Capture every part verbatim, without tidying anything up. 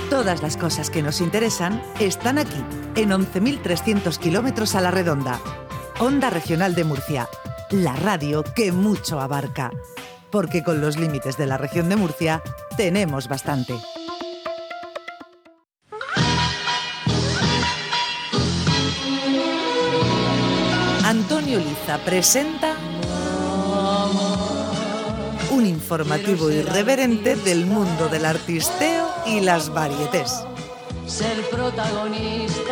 Todas las cosas que nos interesan están aquí, en once mil trescientos kilómetros a la redonda. Onda Regional de Murcia, la radio que mucho abarca. Porque con los límites de la región de Murcia tenemos bastante. Antonio Liza presenta un informativo irreverente del mundo del artisteo y las varietés. Ser protagonista,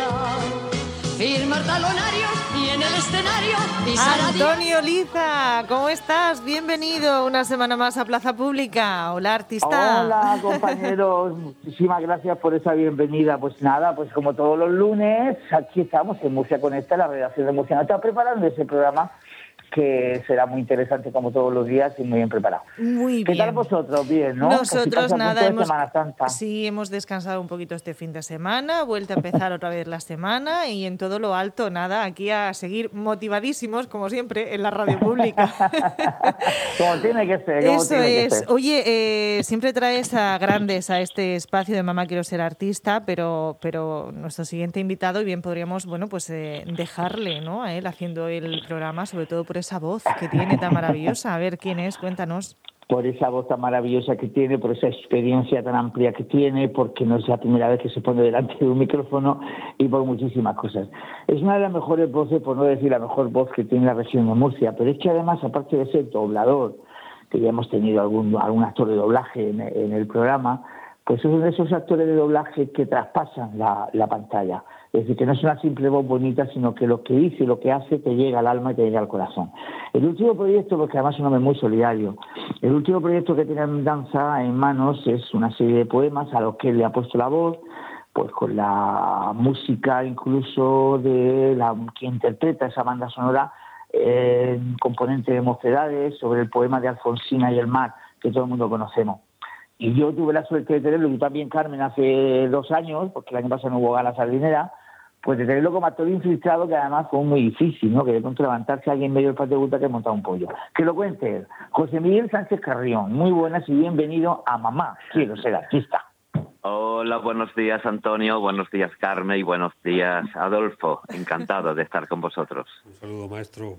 firmar talonarios y en el escenario pisar a Antonio Liza, ¿cómo estás? Bienvenido una semana más a Plaza Pública. Hola, artista. Hola, compañeros. Muchísimas gracias por esa bienvenida. Pues nada, pues como todos los lunes, aquí estamos en Murcia Conecta, la redacción de Murcia Conecta, preparando ese programa que será muy interesante como todos los días y muy bien preparado. Muy bien. ¿Qué tal vosotros? Bien, ¿no? Nosotros nada, hemos, Semana Santa. sí, hemos descansado un poquito este fin de semana, vuelta a empezar otra vez la semana y en todo lo alto, nada, aquí a seguir motivadísimos, como siempre, en la radio pública. Como tiene que ser. Como Eso tiene es. Que ser. Oye, eh, siempre traes a grandes a este espacio de Mamá Quiero Ser Artista, pero, pero nuestro siguiente invitado, y bien podríamos, bueno, pues eh, dejarle, ¿no?, a él haciendo el programa, sobre todo por esa voz que tiene tan maravillosa. A ver, ¿quién es? Cuéntanos. Por esa voz tan maravillosa que tiene, por esa experiencia tan amplia que tiene, porque no es la primera vez que se pone delante de un micrófono y por muchísimas cosas. Es una de las mejores voces, por no decir la mejor voz que tiene la región de Murcia, pero es que además, aparte de ser doblador, que ya hemos tenido algún, algún actor de doblaje en, en el programa, pues es uno de esos actores de doblaje que traspasan la, la pantalla. Es decir, que no es una simple voz bonita, sino que lo que dice y lo que hace te llega al alma y te llega al corazón. El último proyecto, porque además es un hombre muy solidario, el último proyecto que tiene en danza en manos es una serie de poemas a los que él le ha puesto la voz, pues con la música incluso de la que interpreta esa banda sonora, eh, componente de Mocedades, sobre el poema de Alfonsina y el mar, que todo el mundo conocemos. Y yo tuve la suerte de tenerlo, y también Carmen, hace dos años, porque el año pasado no hubo gala sardinera, pues de tenerlo como actor infiltrado, que además fue muy difícil, ¿no? Que de pronto levantarse alguien en medio del patio de Buta que montar un pollo. Que lo cuente él. José Miguel Sánchez Carrión, muy buenas y bienvenido a Mamá Quiero Ser Artista. Hola, buenos días, Antonio, buenos días, Carmen, y buenos días, Adolfo. Encantado de estar con vosotros. Un saludo, maestro.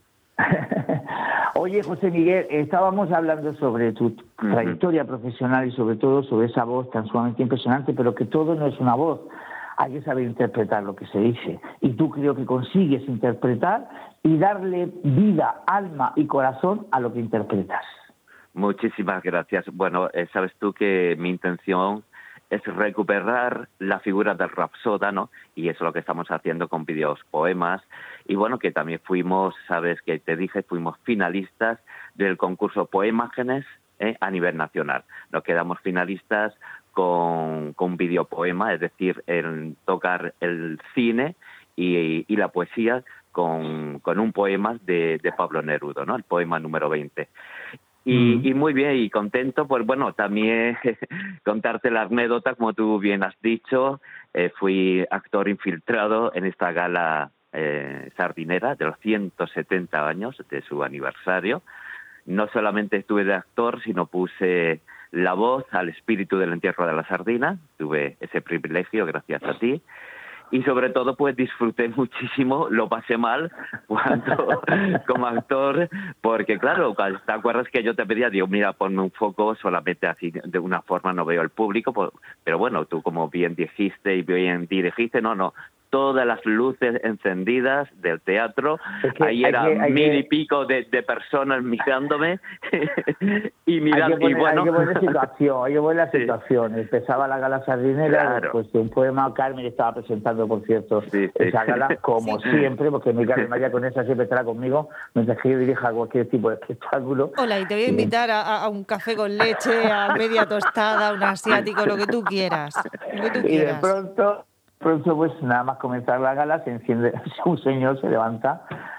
Oye, José Miguel, estábamos hablando sobre tu trayectoria profesional y sobre todo sobre esa voz tan sumamente impresionante, pero que todo no es una voz, hay que saber interpretar lo que se dice. Y tú creo que consigues interpretar y darle vida, alma y corazón a lo que interpretas. Muchísimas gracias. Bueno, eh, sabes tú que mi intención es recuperar la figura del rapsoda, ¿no? Y eso es lo que estamos haciendo con videos, poemas. Y bueno, que también fuimos, sabes que te dije, fuimos finalistas del concurso Poemágenes ¿eh? a nivel nacional. Nos quedamos finalistas con, con videopoema, es decir, en tocar el cine y, y la poesía con, con un poema de, de Pablo Neruda, ¿no? El poema número veinte. Y, y muy bien, y contento, pues bueno, también contarte la anécdota, como tú bien has dicho, eh, fui actor infiltrado en esta gala eh, sardinera de los ciento setenta años de su aniversario. No solamente estuve de actor, sino puse la voz al espíritu del entierro de la sardina, tuve ese privilegio gracias a ti. Y sobre todo, pues disfruté muchísimo, lo pasé mal cuando como actor, porque claro, te acuerdas que yo te pedía, digo, mira, ponme un foco solamente así, de una forma no veo al público, pero bueno, tú como bien dijiste y bien dirigiste, no, no, todas las luces encendidas del teatro, es que ahí era que, mil que... y pico de, de personas mirándome y mirando, hay que poner, y bueno... Hay que poner situación, hay que poner la situación, sí. Empezaba la gala sardinera, claro. Pues un poema, Carmen estaba presentando, por cierto, sí, sí. esa gala, como sí. siempre, porque mi Carmen María con esa siempre estará conmigo, mientras que yo dirija cualquier tipo de espectáculo. Hola, y te voy a invitar a, a un café con leche, a media tostada, un asiático, lo que tú quieras, lo que tú y quieras. de pronto... Pronto, pues nada más comenzar la gala, se enciende, un señor se levanta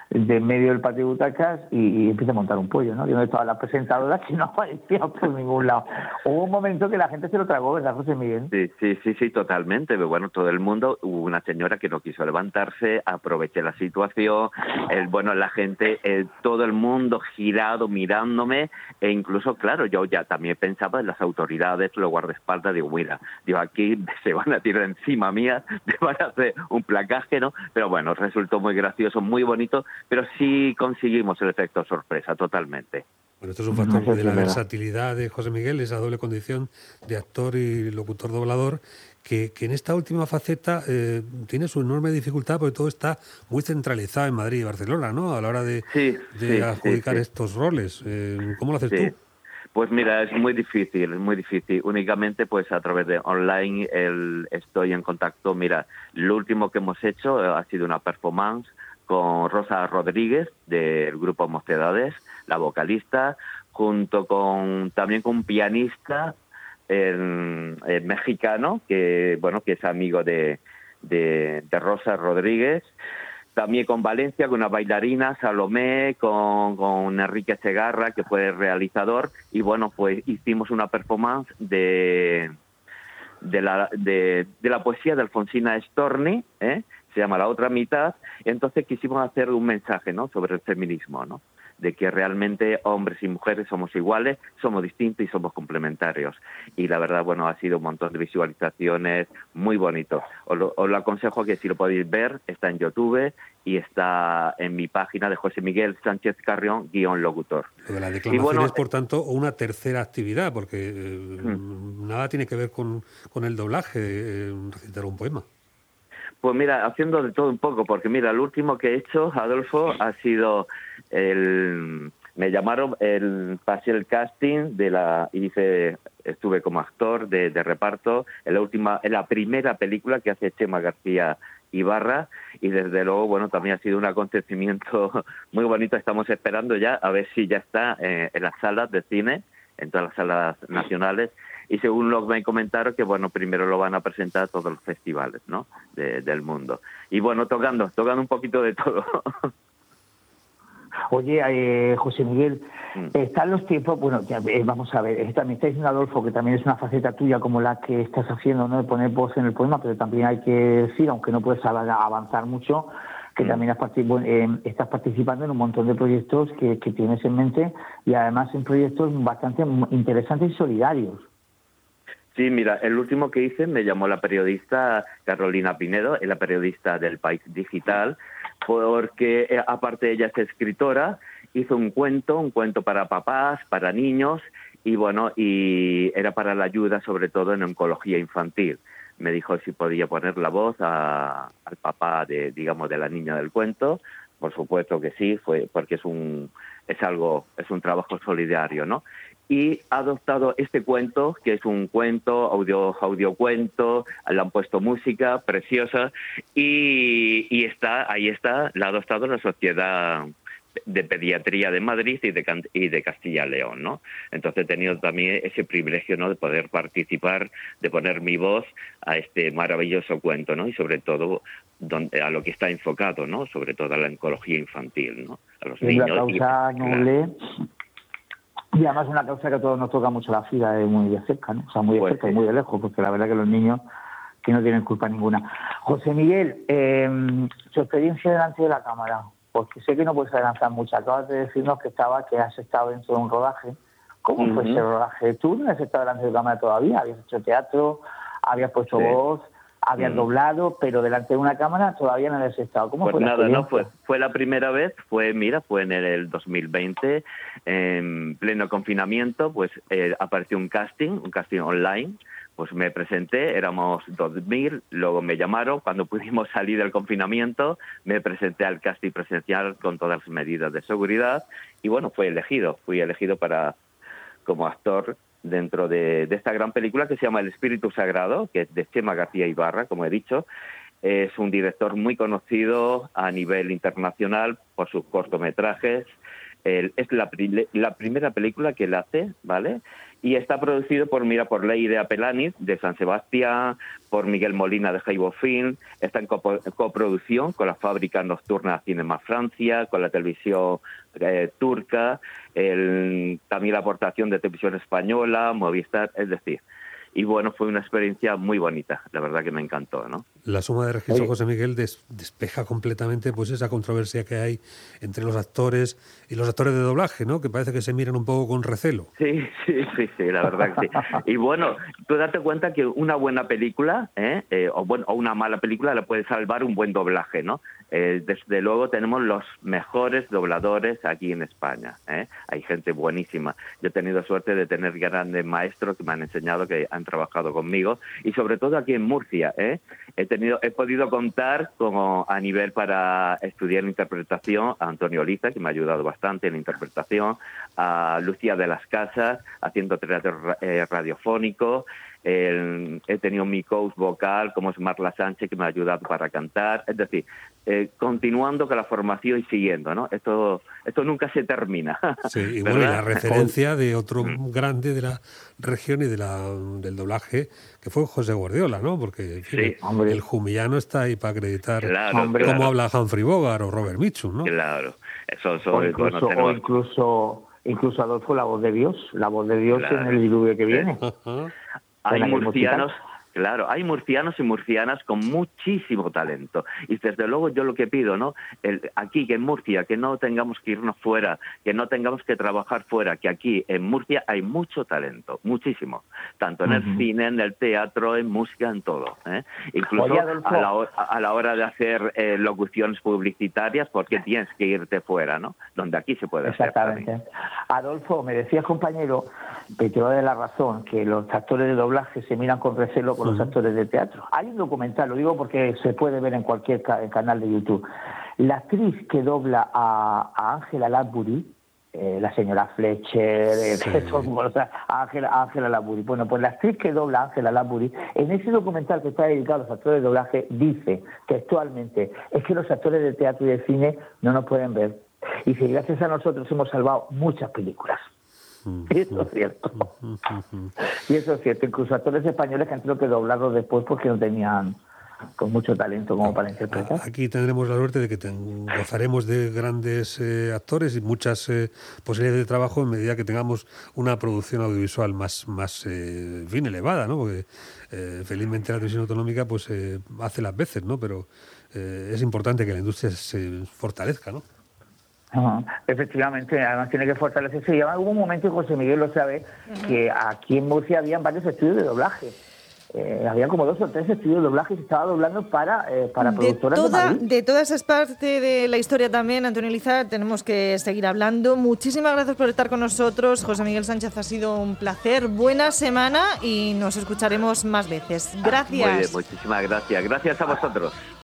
de en medio del patio de butacas y, y empieza a montar un pollo, ¿no? Y donde estaban las presentadoras que no aparecían por ningún lado. Hubo un momento que la gente se lo tragó, ¿verdad, José Miguel? Sí, sí, sí, sí, totalmente. Pero bueno, todo el mundo, hubo una señora que no quiso levantarse, aproveché la situación, el, bueno, la gente, el, todo el mundo girado mirándome, e incluso, claro, yo ya también pensaba en las autoridades, los guardaespaldas, digo, mira, digo, aquí se van a tirar encima mía, me van a hacer un placaje, ¿no? Pero bueno, resultó muy gracioso, muy bonito, pero sí conseguimos el efecto sorpresa, totalmente. Bueno, esto es un factor de la versatilidad de José Miguel, esa doble condición de actor y locutor doblador, que, que en esta última faceta eh, tiene su enorme dificultad porque todo está muy centralizado en Madrid y Barcelona, ¿no? A la hora de, sí, de sí, adjudicar sí, sí. estos roles. Eh, ¿Cómo lo haces sí. tú? Pues mira, es muy difícil, es muy difícil. Únicamente pues a través de online el, estoy en contacto. Mira, lo último que hemos hecho ha sido una performance con Rosa Rodríguez del grupo Mocedades, la vocalista, junto con también con un pianista el, el mexicano que bueno que es amigo de, de, de Rosa Rodríguez. También con Valencia, con una bailarina, Salomé, con, con Enrique Segarra, que fue el realizador, y bueno, pues hicimos una performance de de la de, de la poesía de Alfonsina Storni, ¿eh? Se llama La otra mitad. Entonces quisimos hacer un mensaje, ¿no?, sobre el feminismo, ¿no?, de que realmente hombres y mujeres somos iguales, somos distintos y somos complementarios. Y la verdad, bueno, ha sido un montón de visualizaciones, muy bonito. Os lo, os lo aconsejo que si lo podéis ver, está en YouTube y está en mi página de José Miguel Sánchez Carrión, guión locutor. Lo de la declamación bueno, es, por tanto, una tercera actividad, porque eh, hmm. nada tiene que ver con, con el doblaje, eh, recitar un poema. Pues mira, haciendo de todo un poco, porque mira, lo último que he hecho, Adolfo, ha sido el... Me llamaron, el, pasé el casting de la... y hice, estuve como actor de, de reparto en la última, en la primera película que hace Chema García Ibarra, y desde luego, bueno, también ha sido un acontecimiento muy bonito. Estamos esperando ya a ver si ya está eh, en las salas de cine, en todas las salas nacionales, y según lo que me comentaron, que bueno, primero lo van a presentar a todos los festivales, ¿no?, de, del mundo. Y bueno, tocando, tocando un poquito de todo. Oye, eh, José Miguel, mm. están los tiempos, bueno, ya, eh, vamos a ver, también está diciendo Adolfo que también es una faceta tuya como la que estás haciendo, ¿no?, de poner voz en el poema, pero también hay que decir, aunque no puedes avanzar mucho, que también has particip- eh, estás participando en un montón de proyectos que, que tienes en mente, y además en proyectos bastante interesantes y solidarios. Sí, mira, el último que hice me llamó la periodista Carolina Pinedo, es la periodista del País Digital, porque eh, aparte ella es escritora, hizo un cuento, un cuento para papás, para niños, y bueno, y era para la ayuda sobre todo en oncología infantil. Me dijo si podía poner la voz a, al papá de, digamos, de la niña del cuento. Por supuesto que sí, fue porque es un es algo es un trabajo solidario, ¿no? Y ha adoptado este cuento, que es un cuento, audio audiocuento, le han puesto música preciosa, y, y está ahí está, la ha adoptado la Sociedad de Pediatría de Madrid y de, y de Castilla y León, ¿no? Entonces he tenido también ese privilegio, ¿no?, de poder participar, de poner mi voz a este maravilloso cuento, ¿no?, y sobre todo donde, a lo que está enfocado, ¿no?, sobre todo a la oncología infantil, ¿no?, a los es niños. La causa y, noble, y además una causa que a todos nos toca mucho la vida, eh, muy de cerca, ¿no? O sea, muy de pues cerca sí. y muy de lejos, porque la verdad que los niños que no tienen culpa ninguna. José Miguel, eh, su experiencia delante de la cámara, porque sé que no puedes adelantar mucho. Acabas de decirnos que estaba, que has estado dentro de un rodaje. ¿Cómo uh-huh. fue ese rodaje? Tú no has estado delante de la cámara todavía, habías hecho teatro, habías puesto sí. voz, habías uh-huh. doblado, pero delante de una cámara todavía no habías estado. ¿Cómo pues fue la nada, no fue, fue la primera vez, fue, mira, fue en el dos mil veinte, en pleno confinamiento, pues eh, apareció un casting, un casting online. Pues me presenté, éramos dos mil, luego me llamaron, cuando pudimos salir del confinamiento, me presenté al casting presencial con todas las medidas de seguridad, y bueno, fui elegido, fui elegido para como actor dentro de, de esta gran película que se llama El Espíritu Sagrado, que es de Chema García Ibarra, como he dicho. Es un director muy conocido a nivel internacional por sus cortometrajes. El, es la, la primera película que él hace, ¿vale? Y está producido por, mira, por Leire Apelaniz, de San Sebastián, por Miguel Molina, de Jaibo Film. Está en copo, coproducción con la Fábrica Nocturna Cinema Francia, con la televisión eh, turca, el, también la aportación de Televisión Española, Movistar, es decir... Y bueno, fue una experiencia muy bonita, la verdad que me encantó, ¿no? La suma de registro, José Miguel, des, despeja completamente pues esa controversia que hay entre los actores y los actores de doblaje, ¿no? Que parece que se miran un poco con recelo. Sí, sí, sí, sí, la verdad que sí. Y bueno, tú date cuenta que una buena película, ¿eh? Eh, o, bueno, o una mala película la puede salvar un buen doblaje, ¿no? Eh, desde luego tenemos los mejores dobladores aquí en España, ¿eh? Hay gente buenísima. Yo he tenido suerte de tener grandes maestros que me han enseñado, que han trabajado conmigo, y sobre todo aquí en Murcia, ¿eh? He tenido, he podido contar como a nivel para estudiar interpretación a Antonio Liza, que me ha ayudado bastante en interpretación, a Lucía de las Casas, haciendo teatro eh, radiofónico. El, he tenido mi coach vocal, como es Marla Sánchez, que me ha ayudado para cantar. Es decir, eh, continuando con la formación y siguiendo, ¿no? Esto esto nunca se termina. Sí, y bueno, y la referencia de otro grande de la región y de la del doblaje, que fue José Guardiola, ¿no? Porque en fin, sí, el jumillano está ahí para acreditar claro, cómo claro. habla Humphrey Bogart o Robert Mitchum, ¿no? Claro, eso, eso o incluso, bueno, tenemos... o incluso, incluso Adolfo, la voz de Dios, la voz de Dios claro. en el diluvio que viene. Ajá. Hay murcianos, claro, hay murcianos y murcianas con muchísimo talento. Y desde luego yo lo que pido, ¿no? El, aquí, que en Murcia, que no tengamos que irnos fuera, que no tengamos que trabajar fuera, que aquí en Murcia hay mucho talento, muchísimo. Tanto en uh-huh. el cine, en el teatro, en música, en todo. ¿eh? Incluso Oye, a, la hora, a la hora de hacer eh, locuciones publicitarias, porque tienes que irte fuera, ¿no? Donde aquí se puede hacer. Exactamente. Adolfo, me decías, compañero, que te va de la razón, que los actores de doblaje se miran con recelo con uh-huh. los actores de teatro. Hay un documental, lo digo porque se puede ver en cualquier ca- canal de YouTube. La actriz que dobla a, a Angela Lansbury, eh, la señora Fletcher, sí. eh, todo, o sea, a Angela, a Angela Lansbury. Bueno, pues la actriz que dobla a Angela Lansbury, en ese documental que está dedicado a los actores de doblaje, dice textualmente, es que los actores de teatro y de cine no nos pueden ver. Y si gracias a nosotros hemos salvado muchas películas. Y eso es cierto. Y eso es cierto. Incluso actores españoles que han tenido que doblarlos después porque no tenían con mucho talento como para interpretar. Aquí tendremos la suerte de que ten, gozaremos de grandes eh, actores y muchas eh, posibilidades de trabajo en medida que tengamos una producción audiovisual más, más eh, bien elevada, ¿no? Porque eh, felizmente la televisión autonómica pues eh, hace las veces, ¿no? Pero eh, es importante que la industria se fortalezca, ¿no? Uh-huh. Efectivamente, además tiene que fortalecerse. Y hubo un momento, y José Miguel lo sabe, uh-huh. que aquí en Murcia habían varios estudios de doblaje. Eh, había como dos o tres estudios de doblaje y se estaba doblando para, eh, para de productoras toda, de Madrid. De toda esa parte de la historia también, Antonio Liza, tenemos que seguir hablando. Muchísimas gracias por estar con nosotros. José Miguel Sánchez, ha sido un placer. Buena semana y nos escucharemos más veces. Gracias. Muy bien, muchísimas gracias. Gracias a vosotros.